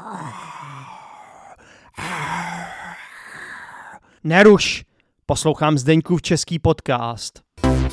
Neruš, poslouchám Zdeňkův český podcast.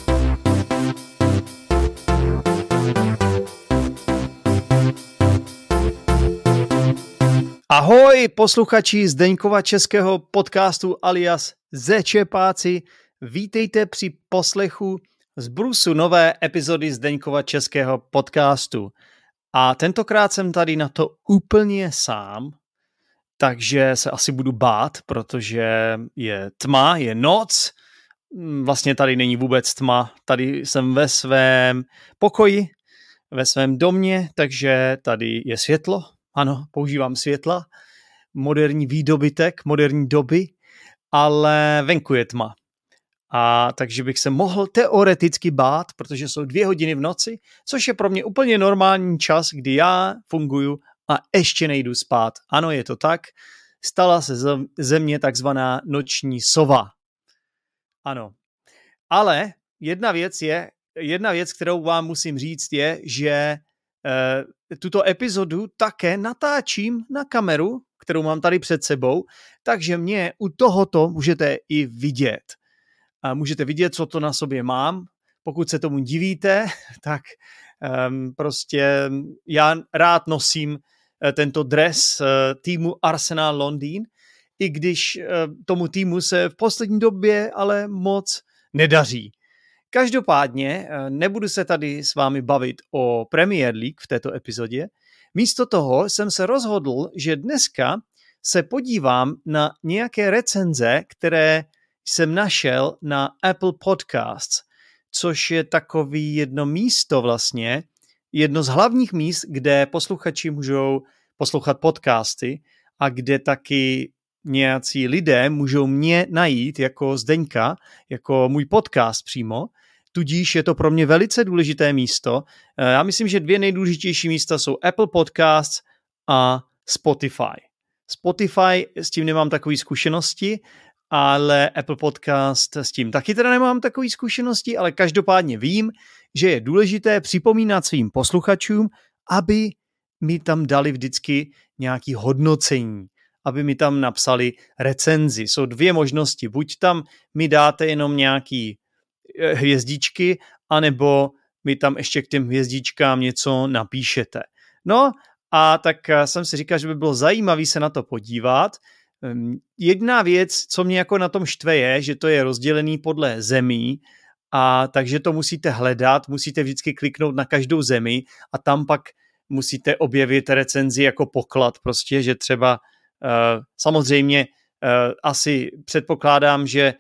Ahoj, posluchači Zdeňkova českého podcastu alias Zečepáci. Vítejte při poslechu z brusu nové epizody Zdeňkova českého podcastu. A tentokrát jsem tady na to úplně sám, takže se asi budu bát, protože je tma, je noc. Vlastně tady není vůbec tma, tady jsem ve svém pokoji, ve svém domě, takže tady je světlo. Ano, používám světla, moderní výdobytek, moderní doby, ale venku je tma. A takže bych se mohl teoreticky bát, protože jsou 2 hodiny v noci, což je pro mě úplně normální čas, kdy já funguju a ještě nejdu spát. Ano, je to tak. Stala se ze mě takzvaná noční sova. Ano. Ale jedna věc, kterou vám musím říct, je, že tuto epizodu také natáčím na kameru, kterou mám tady před sebou, takže mě u tohoto můžete i vidět. A můžete vidět, co to na sobě mám. Pokud se tomu divíte, tak prostě já rád nosím tento dres týmu Arsenal Londýn, i když tomu týmu se v poslední době ale moc nedaří. Každopádně nebudu se tady s vámi bavit o Premier League v této epizodě. Místo toho jsem se rozhodl, že dneska se podívám na nějaké recenze, které jsem našel na Apple Podcasts, což je takový jedno místo vlastně, jedno z hlavních míst, kde posluchači můžou poslouchat podcasty a kde taky nějací lidé můžou mě najít jako Zdeňka, jako můj podcast přímo, tudíž je to pro mě velice důležité místo. Já myslím, že 2 nejdůležitější místa jsou Apple Podcasts a Spotify. Spotify, s tím nemám takové zkušenosti, ale Apple Podcast s tím taky teda nemám takové zkušenosti, ale každopádně vím, že je důležité připomínat svým posluchačům, aby mi tam dali vždycky nějaké hodnocení, aby mi tam napsali recenzi. Jsou 2 možnosti, buď tam mi dáte jenom nějaký hvězdičky, anebo mi tam ještě k těm hvězdičkám něco napíšete. No a tak jsem si říkal, že by bylo zajímavé se na to podívat. Jedna věc, co mě jako na tom štve je, že to je rozdělený podle zemí, a takže to musíte hledat, musíte vždycky kliknout na každou zemi a tam pak musíte objevit recenzi jako poklad, prostě, že třeba samozřejmě asi předpokládám, že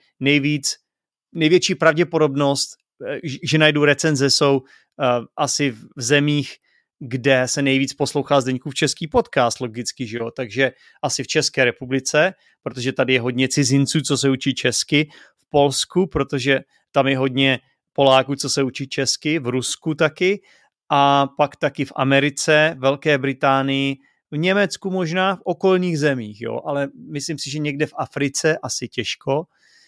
největší pravděpodobnost, že najdu recenze, jsou asi v zemích, kde se nejvíc poslouchá Zdeňkův český podcast, logicky, že jo, takže asi v České republice, protože tady je hodně cizinců, co se učí česky, v Polsku, protože tam je hodně Poláků, co se učí česky, v Rusku taky, a pak taky v Americe, Velké Británii, v Německu možná, v okolních zemích, jo, ale myslím si, že někde v Africe asi těžko,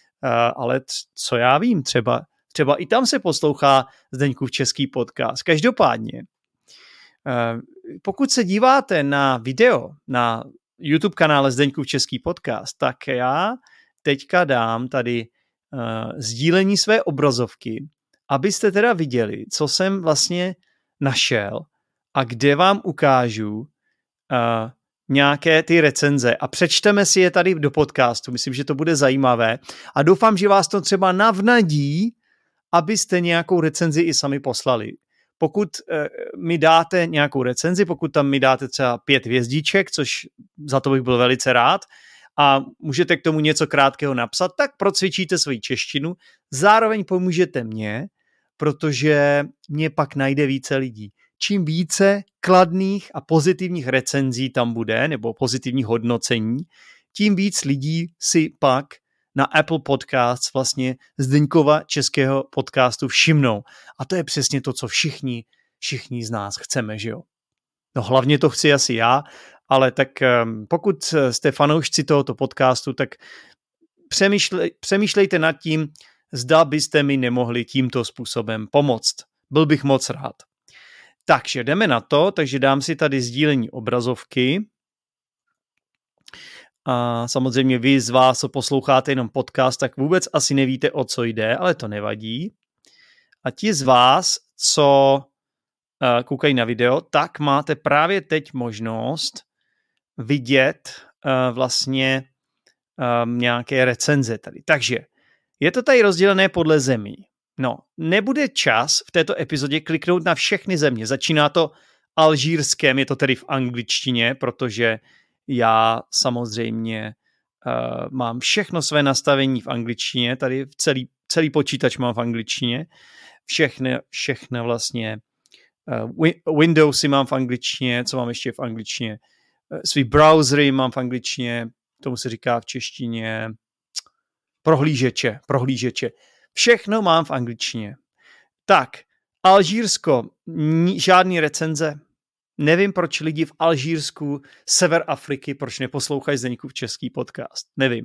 ale co já vím, třeba i tam se poslouchá Zdeňkův český podcast. Každopádně, pokud se díváte na video na YouTube kanále Zdeňkův český podcast, tak já teďka dám tady sdílení své obrazovky, abyste teda viděli, co jsem vlastně našel a kde vám ukážu nějaké ty recenze a přečteme si je tady do podcastu. Myslím, že to bude zajímavé a doufám, že vás to třeba navnadí, abyste nějakou recenzi i sami poslali. Pokud mi dáte nějakou recenzi, pokud tam mi dáte třeba 5 hvězdiček, což za to bych byl velice rád, a můžete k tomu něco krátkého napsat, tak procvičíte svoji češtinu, zároveň pomůžete mně, protože mě pak najde více lidí. Čím více kladných a pozitivních recenzí tam bude, nebo pozitivních hodnocení, tím víc lidí si pak na Apple Podcasts vlastně Zdeňkova českého podcastu všimnou. A to je přesně to, co všichni z nás chceme, že jo? No hlavně to chci asi já, ale tak pokud jste fanoušci tohoto podcastu, tak přemýšlejte nad tím, zda byste mi nemohli tímto způsobem pomoct. Byl bych moc rád. Takže jdeme na to, takže dám si tady sdílení obrazovky. A samozřejmě vy z vás, co posloucháte jenom podcast, tak vůbec asi nevíte, o co jde, ale to nevadí. A ti z vás, co koukají na video, tak máte právě teď možnost vidět vlastně nějaké recenze tady. Takže je to tady rozdělené podle zemí. No, nebude čas v této epizodě kliknout na všechny země. Začíná to Alžírskem, je to tedy v angličtině, protože já samozřejmě mám všechno své nastavení v angličtině, tady celý počítač mám v angličtině, všechny vlastně Windowsy mám v angličtině, co mám ještě v angličtině, svý browsery mám v angličtině, tomu se říká v češtině prohlížeče. Všechno mám v angličtině. Tak, Alžírsko, žádný recenze. Nevím, proč lidi v Alžírsku, sever Afriky, proč neposlouchají Zdeňkův český podcast. Nevím.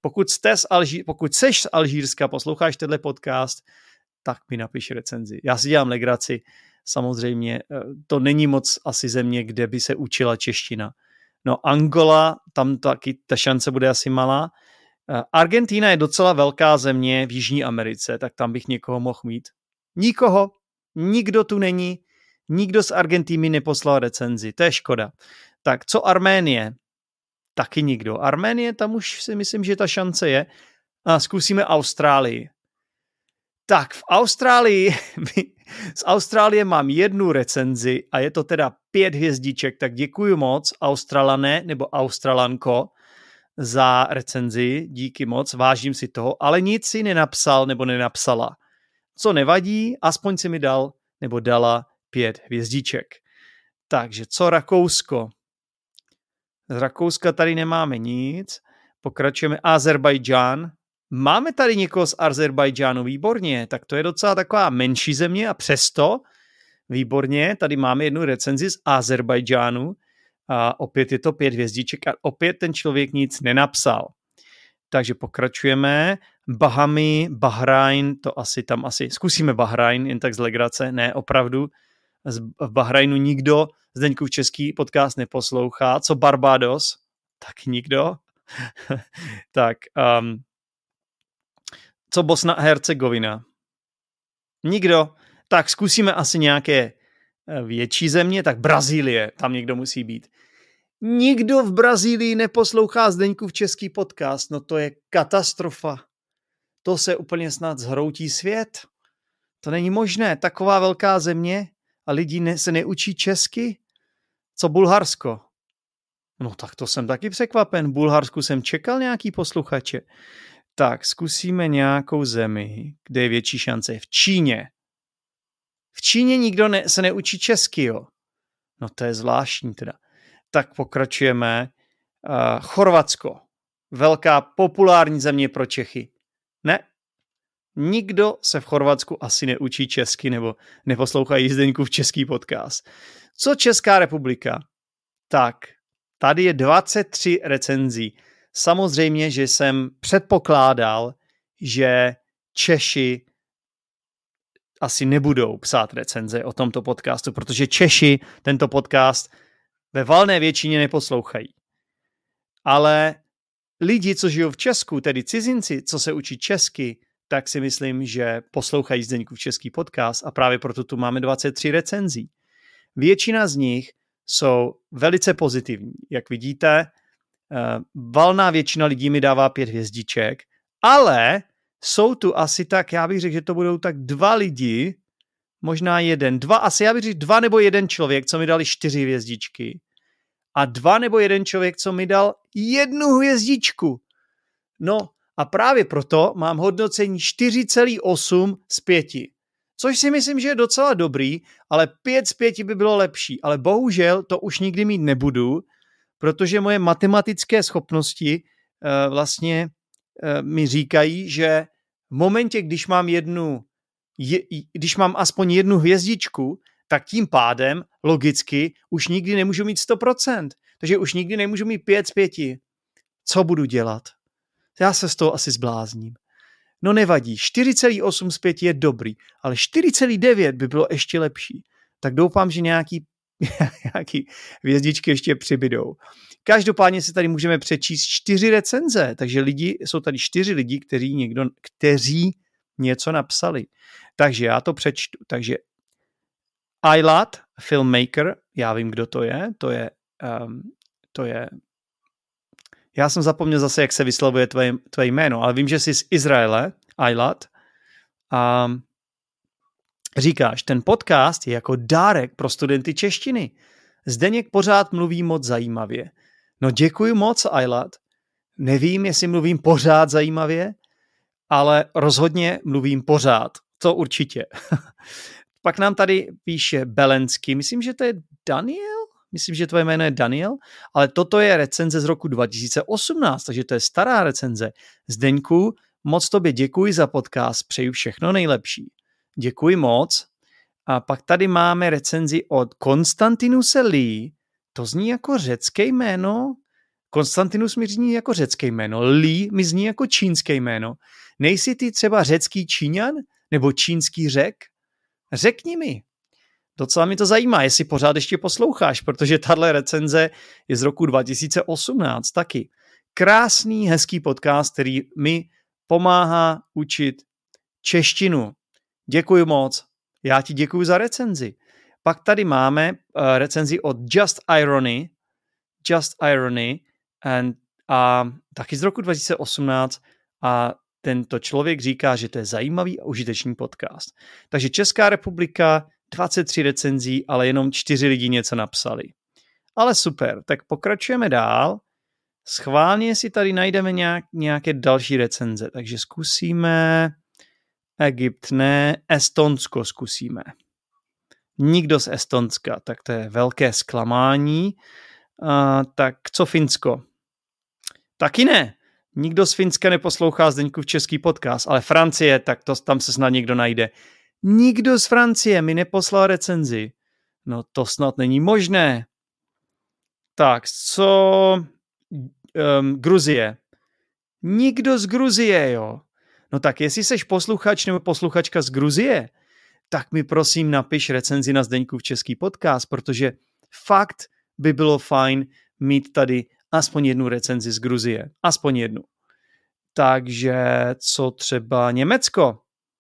Pokud seš z Alžírska, posloucháš tenhle podcast, tak mi napiš recenzi. Já si dělám legraci. Samozřejmě to není moc asi země, kde by se učila čeština. No Angola, tam taky ta šance bude asi malá. Argentína je docela velká země v Jižní Americe, tak tam bych někoho mohl mít. Nikoho, nikdo tu není, nikdo z Argentíny neposlal recenzi, to je škoda. Tak co Arménie? Taky nikdo. Arménie, tam už si myslím, že ta šance je. A zkusíme Austrálii. Tak v Austrálii, z Austrálie mám jednu recenzi a je to teda 5 hvězdiček, tak děkuji moc Australané nebo Australanko za recenzi, díky moc, vážím si toho, ale nic si nenapsal nebo nenapsala. Co nevadí, aspoň si mi dal nebo dala 5 hvězdiček. Takže co Rakousko? Z Rakouska tady nemáme nic, pokračujeme Azerbajdžán. Máme tady někoho z Azerbajdžánu, výborně, tak to je docela taková menší země a přesto, výborně, tady máme jednu recenzi z Azerbajdžánu a opět je to 5 hvězdiček a opět ten člověk nic nenapsal. Takže pokračujeme, Bahamy, Bahrajn, to tam asi, zkusíme Bahrajn, jen tak z legrace, ne, opravdu, v Bahrajnu nikdo Zdeňkův český podcast neposlouchá, co Barbados, tak nikdo, tak, co Bosna a Hercegovina? Nikdo. Tak zkusíme asi nějaké větší země, tak Brazílie, tam někdo musí být. Nikdo v Brazílii neposlouchá Zdeňkův český podcast, no to je katastrofa. To se úplně snad zhroutí svět. To není možné, taková velká země a lidi se neučí česky? Co Bulharsko? No tak to jsem taky překvapen, v Bulharsku jsem čekal nějaký posluchače. Tak, zkusíme nějakou zemi, kde je větší šance. V Číně. V Číně nikdo se neučí česky, jo. No to je zvláštní teda. Tak pokračujeme. Chorvatsko. Velká populární země pro Čechy. Ne. Nikdo se v Chorvatsku asi neučí česky nebo neposlouchají Zdeňkův český podcast. Co Česká republika? Tak, tady je 23 recenzí. Samozřejmě, že jsem předpokládal, že Češi asi nebudou psát recenze o tomto podcastu, protože Češi tento podcast ve valné většině neposlouchají. Ale lidi, co žijou v Česku, tedy cizinci, co se učí česky, tak si myslím, že poslouchají Zdeňkův český podcast a právě proto tu máme 23 recenzí. Většina z nich jsou velice pozitivní. Jak vidíte, valná většina lidí mi dává 5 hvězdiček, ale jsou tu asi tak, já bych řekl, že to budou tak 2 lidi, možná asi já bych řekl 2 nebo 1 člověk, co mi dali 4 hvězdičky a 2 nebo 1 člověk, co mi dal 1 hvězdičku. No a právě proto mám hodnocení 4,8 z 5. Což si myslím, že je docela dobrý, ale 5 z 5 by bylo lepší. Ale bohužel to už nikdy mít nebudu, protože moje matematické schopnosti vlastně mi říkají, že v momentě, když mám aspoň 1 hvězdičku, tak tím pádem logicky už nikdy nemůžu mít 100%. Takže už nikdy nemůžu mít 5 z 5. Co budu dělat? Já se z toho asi zblázním. No nevadí, 4,8 z 5 je dobrý, ale 4,9 by bylo ještě lepší. Tak doufám, že nějaký nějaký hvězdičky ještě přibydou. Každopádně si tady můžeme přečíst 4 recenze, takže jsou tady 4 lidi, kteří něco napsali. Takže já to přečtu. Takže Aylat, filmmaker, já vím, kdo to je. To je já jsem zapomněl zase, jak se vyslovuje tvoje jméno, ale vím, že jsi z Izraele, Aylat. Říkáš, ten podcast je jako dárek pro studenty češtiny. Zdeněk pořád mluví moc zajímavě. No děkuji moc, Aylat. Nevím, jestli mluvím pořád zajímavě, ale rozhodně mluvím pořád. To určitě. Pak nám tady píše Belensky. Myslím, že to je Daniel? Myslím, že tvoje jméno je Daniel, ale toto je recenze z roku 2018, takže to je stará recenze. Zdeňku, moc tobě děkuji za podcast, přeju všechno nejlepší. Děkuji moc. A pak tady máme recenzi od Konstantinuse Lee. To zní jako řecké jméno. Konstantinus mi zní jako řecké jméno. Lee mi zní jako čínské jméno. Nejsi ty třeba řecký Číňan? Nebo čínský Řek? Řekni mi. Docela mi to zajímá, jestli pořád ještě posloucháš, protože tahle recenze je z roku 2018 taky. Krásný, hezký podcast, který mi pomáhá učit češtinu. Děkuji moc. Já ti děkuji za recenzi. Pak tady máme recenzi od Just Irony a taky z roku 2018 a tento člověk říká, že to je zajímavý a užitečný podcast. Takže Česká republika, 23 recenzí, ale jenom 4 lidi něco napsali. Ale super, tak pokračujeme dál. Schválně si tady najdeme nějaké další recenze, takže zkusíme Egypt, ne, Estonsko zkusíme. Nikdo z Estonska, tak to je velké zklamání. Tak co Finsko? Taky ne. Nikdo z Finska neposlouchá Zdeňkův český podcast, ale Francie, tak tam se snad někdo najde. Nikdo z Francie mi neposlal recenzi. No to snad není možné. Tak, co Gruzie? Nikdo z Gruzie, jo. No tak jestli seš posluchač nebo posluchačka z Gruzie, tak mi prosím napiš recenzi na Zdeňkův český podcast, protože fakt by bylo fajn mít tady aspoň jednu recenzi z Gruzie. Aspoň jednu. Takže co třeba Německo?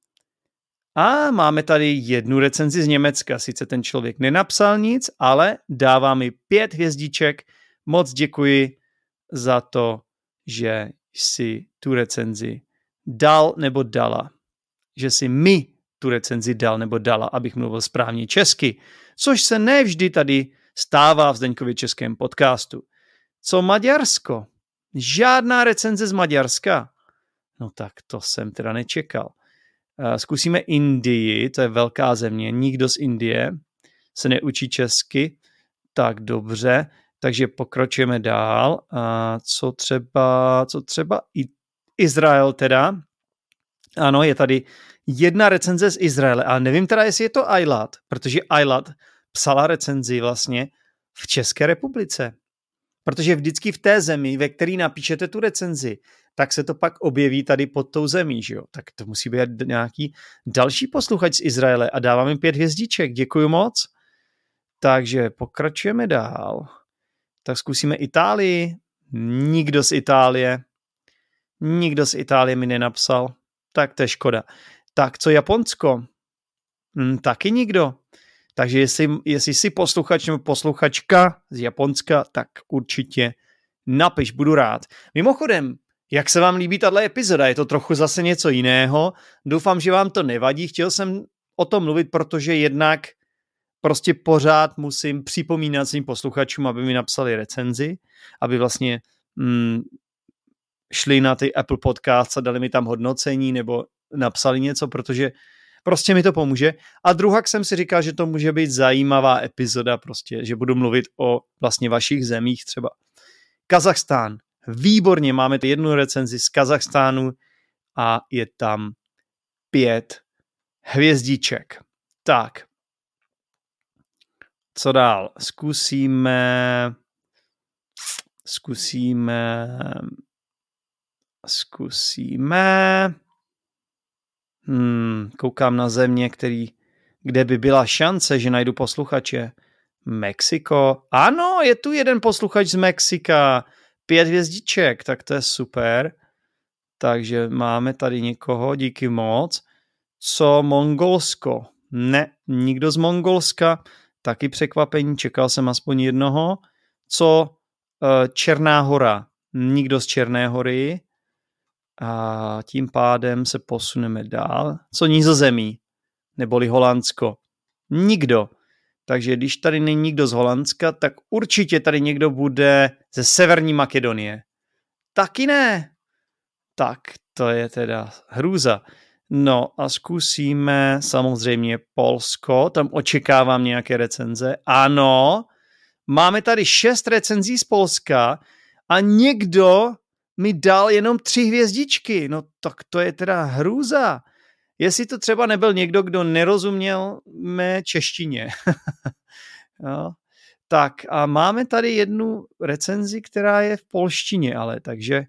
A máme tady jednu recenzi z Německa. Sice ten člověk nenapsal nic, ale dává mi 5 hvězdiček. Moc děkuji za to, že jsi tu recenzi dal nebo dala. Že jsi mi tu recenzi dal nebo dala, abych mluvil správně česky. Což se nevždy tady stává v Zdeňkově českém podcastu. Co Maďarsko? Žádná recenze z Maďarska. No tak to jsem teda nečekal. Zkusíme Indii, to je velká země. Nikdo z Indie se neučí česky. Tak dobře, takže pokračujeme dál. Co třeba Izrael teda? Ano, je tady jedna recenze z Izraele, ale nevím teda, jestli je to Aylat, protože Aylat psala recenzi vlastně v České republice. Protože vždycky v té zemi, ve které napíšete tu recenzi, tak se to pak objeví tady pod tou zemí, že jo? Tak to musí být nějaký další posluchač z Izraele a dávám jim 5 hvězdiček. Děkuju moc. Takže pokračujeme dál. Tak zkusíme Itálii. Nikdo z Itálie. Nikdo z Itálie mi nenapsal. Tak to je škoda. Tak co Japonsko? Taky nikdo. Takže jestli jsi posluchač nebo posluchačka z Japonska, tak určitě napiš, budu rád. Mimochodem, jak se vám líbí tato epizoda? Je to trochu zase něco jiného. Doufám, že vám to nevadí. Chtěl jsem o tom mluvit, protože jednak prostě pořád musím připomínat svým posluchačům, aby mi napsali recenzi, aby vlastně šli na ty Apple Podcasts a dali mi tam hodnocení nebo napsali něco, protože prostě mi to pomůže. A druhak jsem si říkal, že to může být zajímavá epizoda, prostě, že budu mluvit o vlastně vašich zemích třeba. Kazachstán. Výborně, máme tu jednu recenzi z Kazachstánu a je tam 5 hvězdiček. Tak. Co dál? Zkusíme koukám na země, kde by byla šance, že najdu posluchače. Mexiko. Ano, je tu jeden posluchač z Mexika. 5 hvězdiček, tak to je super. Takže máme tady někoho, díky moc. Co Mongolsko? Ne, nikdo z Mongolska. Taky překvapení, čekal jsem aspoň jednoho. Co Černá hora? Nikdo z Černé hory. A tím pádem se posuneme dál. Co Nizozemí? Neboli Holandsko? Nikdo. Takže když tady není nikdo z Holandska, tak určitě tady někdo bude ze Severní Makedonie. Taky ne. Tak, to je teda hrůza. No a zkusíme samozřejmě Polsko, tam očekávám nějaké recenze. Ano, máme tady 6 recenzí z Polska a někdo mi dal jenom 3 hvězdičky. No tak to je teda hrůza. Jestli to třeba nebyl někdo, kdo nerozuměl mé češtině. No. Tak a máme tady jednu recenzi, která je v polštině, ale takže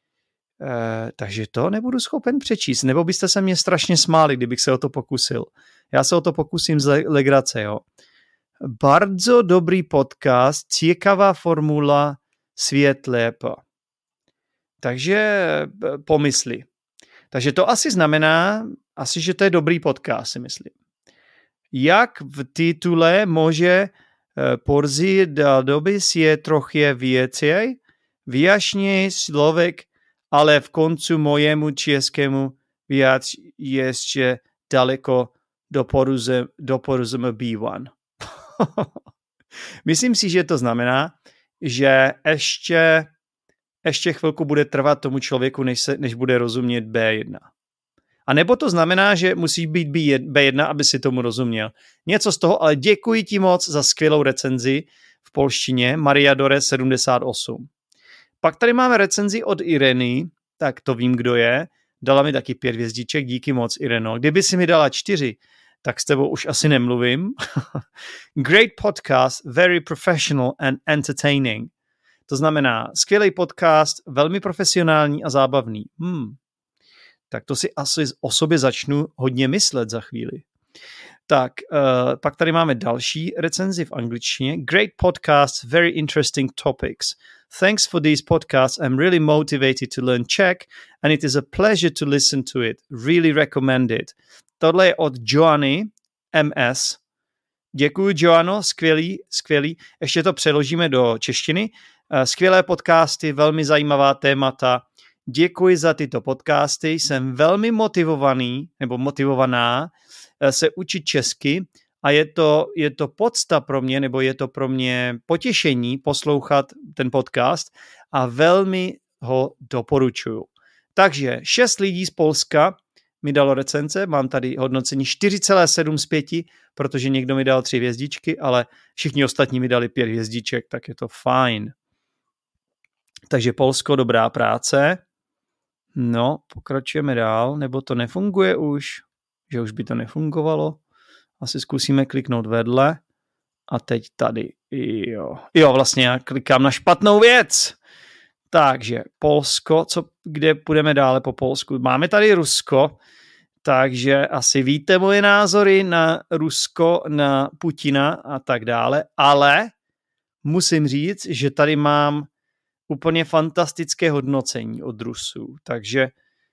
to nebudu schopen přečíst. Nebo byste se mě strašně smáli, kdybych se o to pokusil. Já se o to pokusím z legrace, jo. Bardzo dobrý podcast, ciekawá formula, svět lépe. Takže pomysli. Takže to asi znamená, že to je dobrý podcast, si myslím. Jak v titule může porzi dobis je trochu věcej, vyjašněj slovek, ale v koncu mojemu českému vyjádř ještě daleko do porozumívání. Myslím si, že to znamená, že ještě chvilku bude trvat tomu člověku, než bude rozumět B1. A nebo to znamená, že musí být B1, aby si tomu rozuměl. Něco z toho, ale děkuji ti moc za skvělou recenzi v polštině, Maria Dore 78. Pak tady máme recenzi od Ireny, tak to vím, kdo je. Dala mi taky 5 hvězdiček, díky moc, Ireno. Kdyby si mi dala 4, tak s tebou už asi nemluvím. Great podcast, very professional and entertaining. To znamená, skvělý podcast, velmi profesionální a zábavný. Tak to si asi o sobě začnu hodně myslet za chvíli. Tak, pak tady máme další recenzi v angličtině. Great podcast, very interesting topics. Thanks for these podcasts. I'm really motivated to learn Czech and it is a pleasure to listen to it. Really recommend it. Tohle je od Joanny MS. Děkuji, Joano, skvělý. Ještě to přeložíme do češtiny. Skvělé podcasty, velmi zajímavá témata. Děkuji za tyto podcasty. Jsem velmi motivovaná se učit česky a je to podsta pro mě, nebo je to pro mě potěšení poslouchat ten podcast a velmi ho doporučuju. Takže 6 lidí z Polska mi dalo recenze, mám tady hodnocení 4,7 z 5, protože někdo mi dal 3 hvězdičky, ale všichni ostatní mi dali 5 hvězdiček, tak je to fajn. Takže Polsko, dobrá práce. No, pokračujeme dál, nebo to nefunguje už, že už by to nefungovalo. Asi zkusíme kliknout vedle a teď tady, jo, vlastně já klikám na špatnou věc. Takže Polsko, kde půjdeme dále po Polsku? Máme tady Rusko, takže asi víte moje názory na Rusko, na Putina a tak dále, ale musím říct, že tady mám úplně fantastické hodnocení od Rusů, takže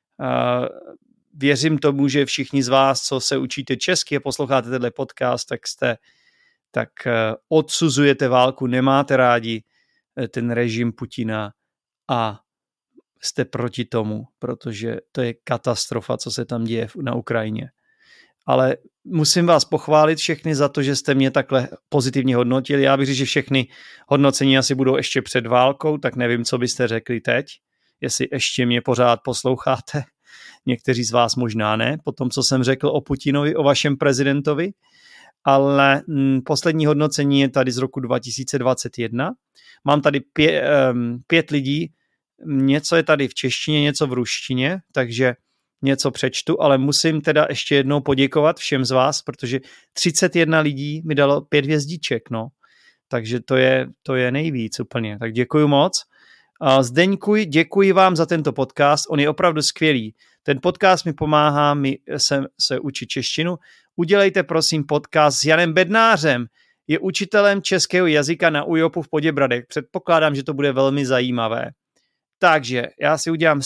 věřím tomu, že všichni z vás, co se učíte česky a posloucháte tenhle podcast, tak odsuzujete válku, nemáte rádi ten režim Putina a jste proti tomu, protože to je katastrofa, co se tam děje na Ukrajině. Ale musím vás pochválit všechny za to, že jste mě takhle pozitivně hodnotili. Já bych řekl, že všechny hodnocení asi budou ještě před válkou, tak nevím, co byste řekli teď, jestli ještě mě pořád posloucháte. Někteří z vás možná ne, po tom, co jsem řekl o Putinovi, o vašem prezidentovi, ale poslední hodnocení je tady z roku 2021. Mám tady 5 lidí, něco je tady v češtině, něco v ruštině, takže něco přečtu, ale musím teda ještě jednou poděkovat všem z vás, protože 31 lidí mi dalo 5 hvězdiček, no. Takže to je nejvíc úplně. Tak děkuji moc. Zdeňku, děkuji vám za tento podcast, on je opravdu skvělý. Ten podcast mi pomáhá se učit češtinu. Udělejte prosím podcast s Janem Bednářem. Je učitelem českého jazyka na UJOPu v Poděbradech. Předpokládám, že to bude velmi zajímavé. Takže já si udělám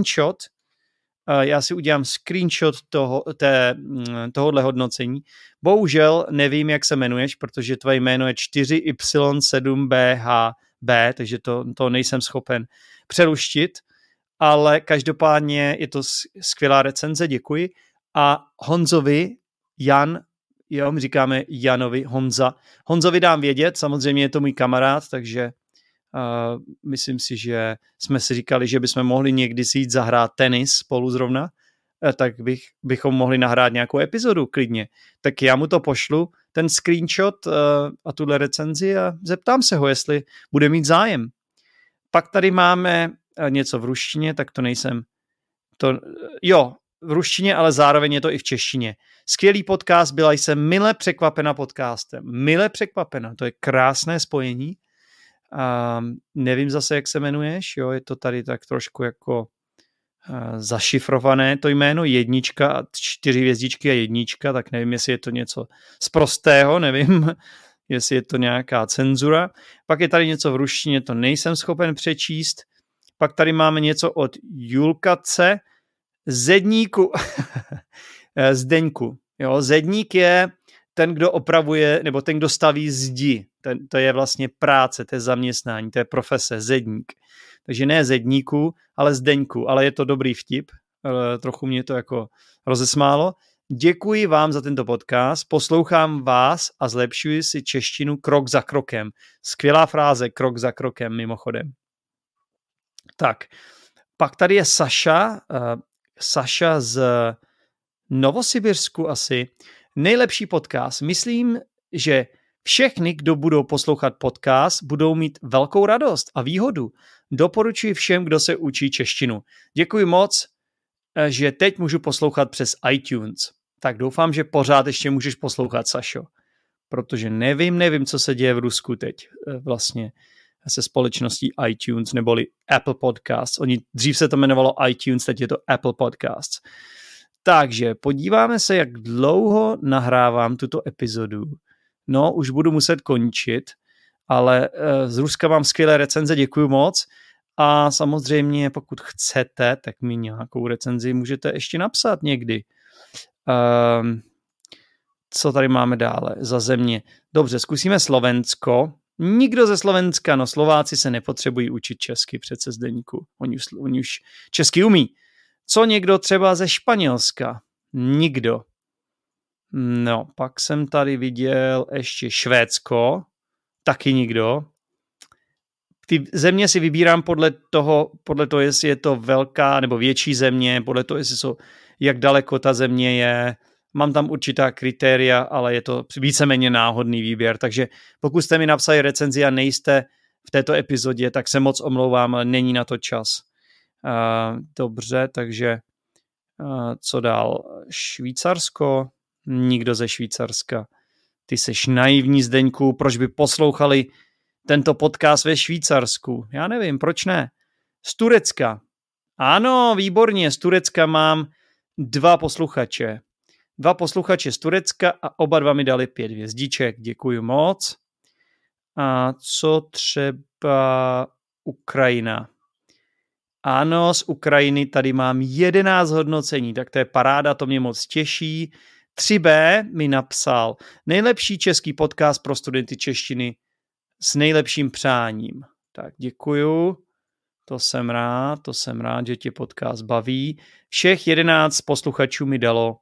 screenshot tohohle hodnocení. Bohužel nevím, jak se jmenuješ, protože tvoje jméno je 4Y7BHB, takže to nejsem schopen přeluštit, ale každopádně je to skvělá recenze, děkuji. A Honzovi, my říkáme Janovi, Honzovi dám vědět, samozřejmě je to můj kamarád, takže myslím si, že jsme si říkali, že bychom mohli někdy si jít zahrát tenis spolu zrovna, tak bychom mohli nahrát nějakou epizodu klidně. Tak já mu to pošlu, ten screenshot a tuhle recenzi a zeptám se ho, jestli bude mít zájem. Pak tady máme něco v ruštině, tak to nejsem... v ruštině, ale zároveň je to i v češtině. Skvělý podcast, byla jsem mile překvapena podcastem. Mile překvapena, to je krásné spojení. Nevím zase, jak se jmenuješ, jo, je to tady tak trošku jako zašifrované to jméno, 1 a 4 hvězdičky a 1, tak nevím, jestli je to něco sprostého, nevím, jestli je to nějaká cenzura. Pak je tady něco v ruštině, to nejsem schopen přečíst. Pak tady máme něco od Julkace, Zedníku, Zdeňku. Jo, Zedník je ten, kdo opravuje, nebo ten, kdo staví zdi. To je vlastně práce, to je zaměstnání, to je profese, zedník. Takže ne Zedníku, ale Zdeňku, ale je to dobrý vtip. Trochu mě to jako rozesmálo. Děkuji vám za tento podcast, poslouchám vás a zlepšuji si češtinu krok za krokem. Skvělá fráze, krok za krokem, mimochodem. Tak, pak tady je Saša z Novosibirsku asi. Nejlepší podcast. Myslím, že všechny, kdo budou poslouchat podcast, budou mít velkou radost a výhodu. Doporučuji všem, kdo se učí češtinu. Děkuji moc, že teď můžu poslouchat přes iTunes. Tak doufám, že pořád ještě můžeš poslouchat, Sašo. Protože nevím, co se děje v Rusku teď vlastně se společností iTunes neboli Apple Podcasts. Dřív se to jmenovalo iTunes, teď je to Apple Podcasts. Takže podíváme se, jak dlouho nahrávám tuto epizodu. No, už budu muset končit, ale z Ruska mám skvělé recenze, děkuji moc. A samozřejmě, pokud chcete, tak mi nějakou recenzi můžete ještě napsat někdy. Co tady máme dále za země? Dobře, zkusíme Slovensko. Nikdo ze Slovenska, no Slováci se nepotřebují učit česky přece Zdeňku. Oni už česky umí. Co někdo třeba ze Španělska? Nikdo. No, pak jsem tady viděl ještě Švédsko. Taky nikdo. Ty země si vybírám podle toho, jestli je to velká nebo větší země, podle toho, jak daleko ta země je. Mám tam určitá kritéria, ale je to víceméně náhodný výběr. Takže pokud jste mi napsali recenzi a nejste v této epizodě, tak se moc omlouvám, ale není na to čas. Dobře, takže co dál? Švýcarsko? Nikdo ze Švýcarska. Ty seš naivní, Zdeňku, proč by poslouchali tento podcast ve Švýcarsku? Já nevím, proč ne? Z Turecka. Ano, výborně, z Turecka mám 2 posluchače. 2 posluchače z Turecka a oba 2 mi dali 5 hvězdiček. Děkuji moc. A co třeba Ukrajina? Ano, z Ukrajiny tady mám 11 hodnocení, tak to je paráda, to mě moc těší. 3B mi napsal nejlepší český podcast pro studenty češtiny s nejlepším přáním. Tak děkuju, to jsem rád, že tě podcast baví. Všech 11 posluchačů mi dalo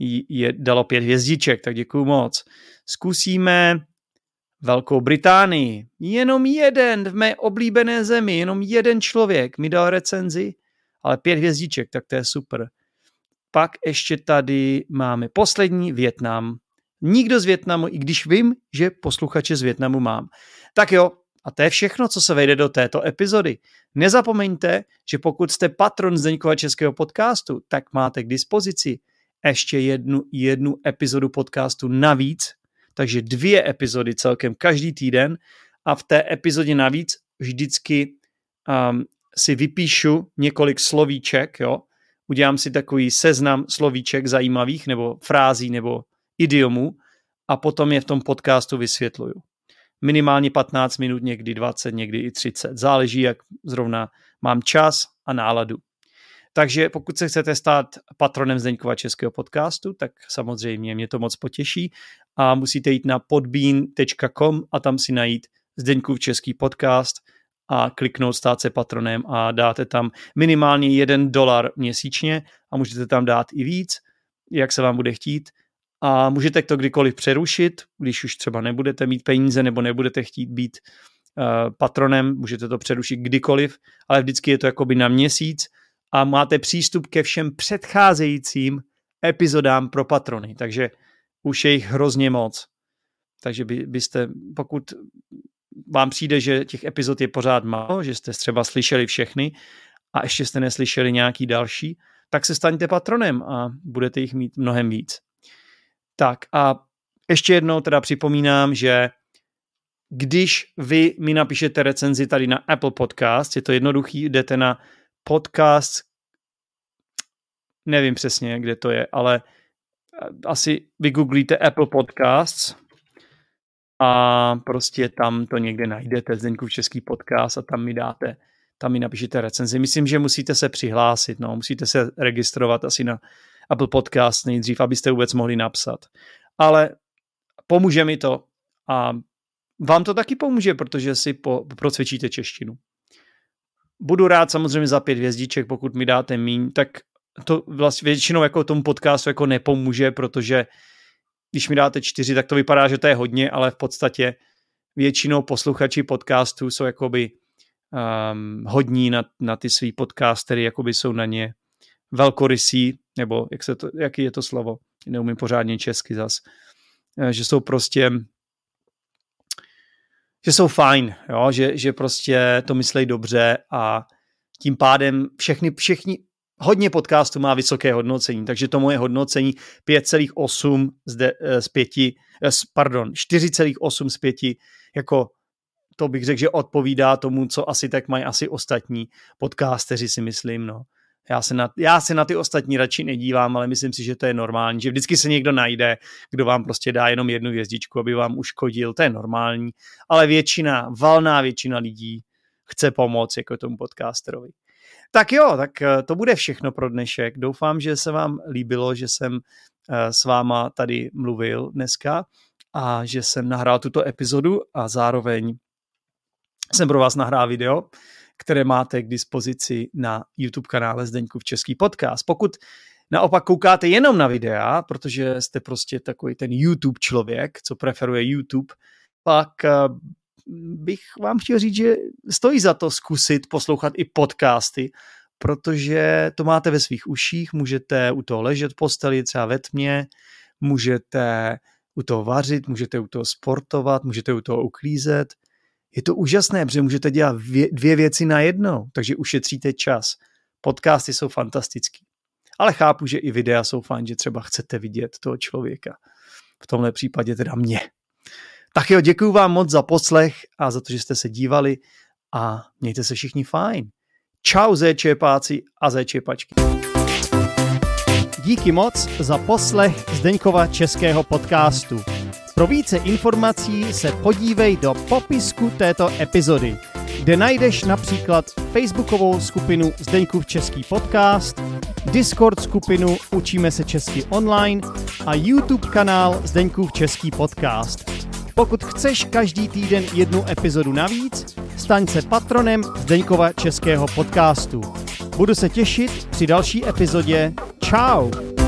5 hvězdiček, tak děkuju moc. Zkusíme Velkou Británii. Jenom jeden v mé oblíbené zemi, jenom jeden člověk mi dal recenzi, ale 5 hvězdiček, tak to je super. Pak ještě tady máme poslední Vietnam. Nikdo z Vietnamu, i když vím, že posluchače z Vietnamu mám. Tak jo, a to je všechno, co se vejde do této epizody. Nezapomeňte, že pokud jste patron Zdeňkova českého podcastu, tak máte k dispozici ještě jednu epizodu podcastu navíc, takže 2 epizody celkem každý týden a v té epizodě navíc vždycky si vypíšu několik slovíček, jo? Udělám si takový seznam slovíček zajímavých nebo frází nebo idiomů a potom je v tom podcastu vysvětluju. Minimálně 15 minut, někdy 20, někdy i 30. Záleží, jak zrovna mám čas a náladu. Takže pokud se chcete stát patronem Zdeňkova českého podcastu, tak samozřejmě mě to moc potěší a musíte jít na podbean.com a tam si najít Zdeňkův český podcast a kliknout stát se patronem a dáte tam minimálně $1 měsíčně a můžete tam dát i víc, jak se vám bude chtít. A můžete to kdykoliv přerušit, když už třeba nebudete mít peníze nebo nebudete chtít být patronem, můžete to přerušit kdykoliv, ale vždycky je to jakoby na měsíc a máte přístup ke všem předcházejícím epizodám pro patrony, takže už je jich hrozně moc. Takže byste, pokud vám přijde, že těch epizod je pořád málo, že jste třeba slyšeli všechny a ještě jste neslyšeli nějaký další, tak se staňte patronem a budete jich mít mnohem víc. Tak a ještě jednou teda připomínám, že když vy mi napíšete recenzi tady na Apple Podcast, je to jednoduchý, jdete na podcast, nevím přesně, kde to je, ale asi vygooglíte Apple Podcasts a prostě tam to někde najdete, Zdeňkův český podcast a tam mi napíšete recenzi. Myslím, že musíte se přihlásit, musíte se registrovat asi na Apple Podcast nejdřív, abyste vůbec mohli napsat. Ale pomůže mi to a vám to taky pomůže, protože si procvičíte češtinu. Budu rád samozřejmě za 5 hvězdiček, pokud mi dáte míň, tak to vlastně většinou jako tomu podcastu jako nepomůže, protože když mi dáte 4, tak to vypadá, že to je hodně, ale v podstatě většinou posluchači podcastů jsou jakoby hodní na ty svý podcastery, jakoby jsou na ně velkorysí, nebo jaký je to slovo, neumím pořádně česky zas, že jsou prostě, že jsou fajn, jo? Že prostě to myslej dobře a tím pádem všechny hodně podcastů má vysoké hodnocení, takže to moje hodnocení 5,8 z 5, 4,8 z 5, jako to bych řekl, že odpovídá tomu, co asi tak mají asi ostatní podcasteři, si myslím, no. Já se na ty ostatní radši nedívám, ale myslím si, že to je normální, že vždycky se někdo najde, kdo vám prostě dá jenom 1 hvězdičku, aby vám uškodil, to je normální, ale valná většina lidí chce pomoct jako tomu podcasterovi. Tak jo, tak to bude všechno pro dnešek. Doufám, že se vám líbilo, že jsem s váma tady mluvil dneska a že jsem nahrál tuto epizodu a zároveň jsem pro vás nahrál video, které máte k dispozici na YouTube kanále Zdeňkův český podcast. Pokud naopak koukáte jenom na videa, protože jste prostě takový ten YouTube člověk, co preferuje YouTube, pak bych vám chtěl říct, že stojí za to zkusit poslouchat i podcasty, protože to máte ve svých uších, můžete u toho ležet v posteli třeba ve tmě, můžete u toho vařit, můžete u toho sportovat, můžete u toho uklízet. Je to úžasné, protože můžete dělat 2 věci najednou, takže ušetříte čas. Podcasty jsou fantastický. Ale chápu, že i videa jsou fajn, že třeba chcete vidět toho člověka. V tomhle případě teda mě. Tak jo, děkuju vám moc za poslech a za to, že jste se dívali a mějte se všichni fajn. Čau zéčepáci a zéčepačky. Díky moc za poslech Zdeňkova českého podcastu. Pro více informací se podívej do popisku této epizody, kde najdeš například facebookovou skupinu Zdeňkův český podcast, Discord skupinu Učíme se česky online a YouTube kanál Zdeňkův český podcast. Pokud chceš každý týden 1 epizodu navíc, staň se patronem Zdeňkova českého podcastu. Budu se těšit při další epizodě. Čau!